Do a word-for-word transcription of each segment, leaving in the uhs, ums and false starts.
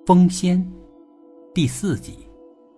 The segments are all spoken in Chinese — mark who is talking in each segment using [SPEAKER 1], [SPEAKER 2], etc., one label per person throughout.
[SPEAKER 1] 风仙第四集。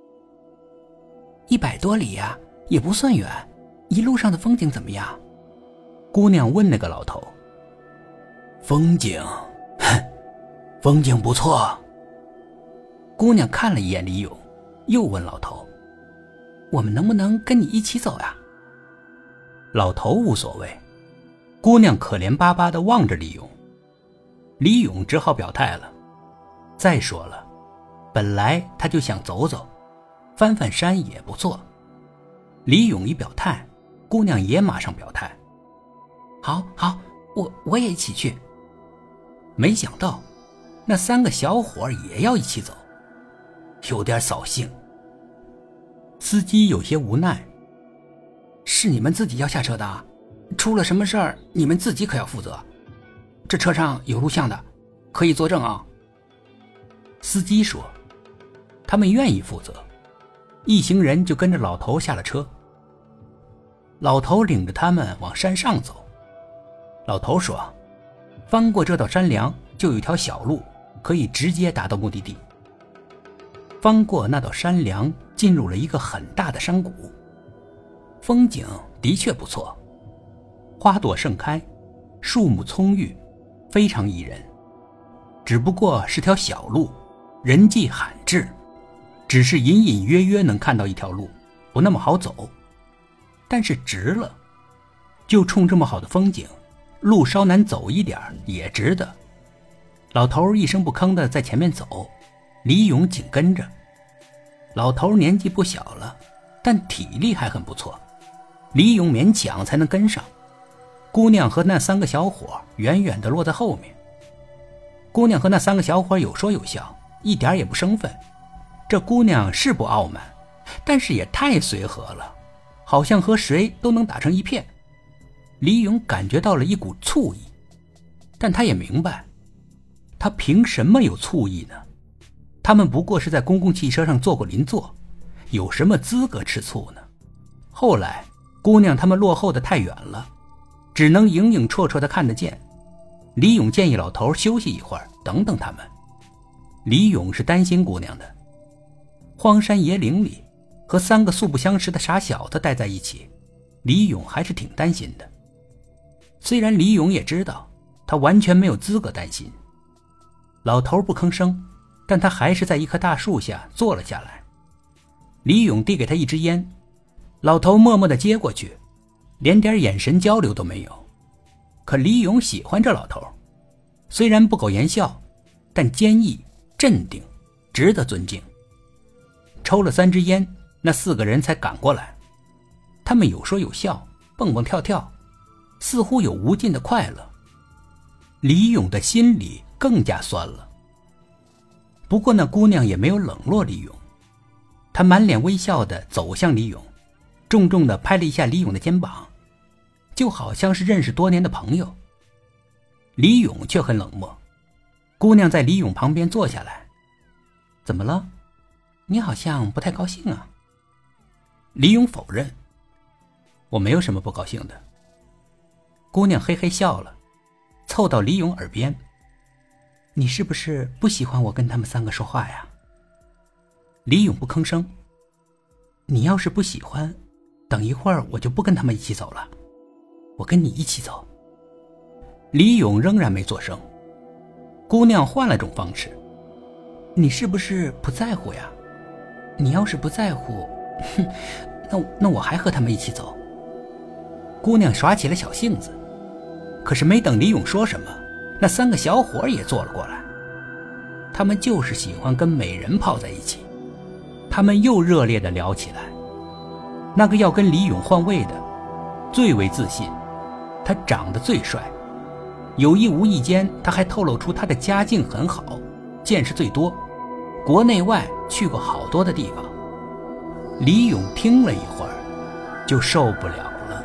[SPEAKER 2] 一百多里呀、啊，也不算远，一路上的风景怎么样？
[SPEAKER 1] 姑娘问那个老头。
[SPEAKER 3] 风景，哼，风景不错。
[SPEAKER 1] 姑娘看了一眼李勇，又问老头：“
[SPEAKER 2] 我们能不能跟你一起走呀？”
[SPEAKER 1] 老头无所谓。姑娘可怜巴巴地望着李勇，李勇只好表态了。再说了，本来他就想走走，翻翻山也不错。李勇一表态，姑娘也马上表态：“
[SPEAKER 2] 好，好，我我也一起去。”
[SPEAKER 1] 没想到，那三个小伙也要一起走，有点扫兴。司机有些无奈：“
[SPEAKER 2] 是你们自己要下车的，出了什么事儿，你们自己可要负责。这车上有录像的，可以作证啊。”
[SPEAKER 1] 司机说：“他们愿意负责。”一行人就跟着老头下了车。老头领着他们往山上走。老头说：“翻过这道山梁，就有一条小路，可以直接达到目的地。”翻过那道山梁，进入了一个很大的山谷。风景的确不错，花朵盛开，树木葱郁，非常宜人。只不过是条小路，人迹罕至，只是隐隐约约能看到一条路，不那么好走。但是值了，就冲这么好的风景，路稍难走一点也值得。老头一声不吭地在前面走，李勇紧跟着。老头年纪不小了，但体力还很不错，李勇勉强才能跟上。姑娘和那三个小伙远远地落在后面。姑娘和那三个小伙有说有笑，一点也不生分。这姑娘是不傲慢，但是也太随和了，好像和谁都能打成一片。李勇感觉到了一股醋意，但他也明白，他凭什么有醋意呢？他们不过是在公共汽车上坐过邻座，有什么资格吃醋呢？后来姑娘他们落后的太远了，只能影影绰绰地看得见。李勇建议老头休息一会儿，等等他们。李勇是担心姑娘的，荒山野岭里和三个素不相识的傻小子待在一起，李勇还是挺担心的。虽然李勇也知道他完全没有资格担心。老头不吭声，但他还是在一棵大树下坐了下来。李勇递给他一支烟，老头默默地接过去，连点眼神交流都没有。可李勇喜欢这老头，虽然不苟言笑，但坚毅镇定，值得尊敬。抽了三支烟，那四个人才赶过来。他们有说有笑，蹦蹦跳跳，似乎有无尽的快乐。李勇的心里更加酸了。不过那姑娘也没有冷落李勇，她满脸微笑地走向李勇，重重地拍了一下李勇的肩膀，就好像是认识多年的朋友。李勇却很冷漠。姑娘在李勇旁边坐下来：“怎么了？你好像不太高兴啊。”李勇否认：“我没有什么不高兴的。”姑娘嘿嘿笑了，凑到李勇耳边：“你是不是不喜欢我跟他们三个说话呀？”李勇不吭声：“你要是不喜欢，等一会儿我就不跟他们一起走了，我跟你一起走。”李勇仍然没作声。姑娘换了种方式：“你是不是不在乎呀？你要是不在乎，哼，那那我还和他们一起走。”姑娘耍起了小性子，可是没等李勇说什么，那三个小伙也坐了过来。他们就是喜欢跟美人泡在一起。他们又热烈地聊起来。那个要跟李勇换位的最为自信，他长得最帅，有意无意间他还透露出他的家境很好，见识最多，国内外去过好多的地方。李勇听了一会儿就受不了了。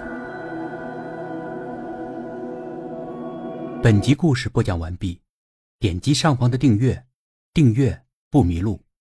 [SPEAKER 1] 本集故事播讲完毕，点击上方的订阅，订阅不迷路。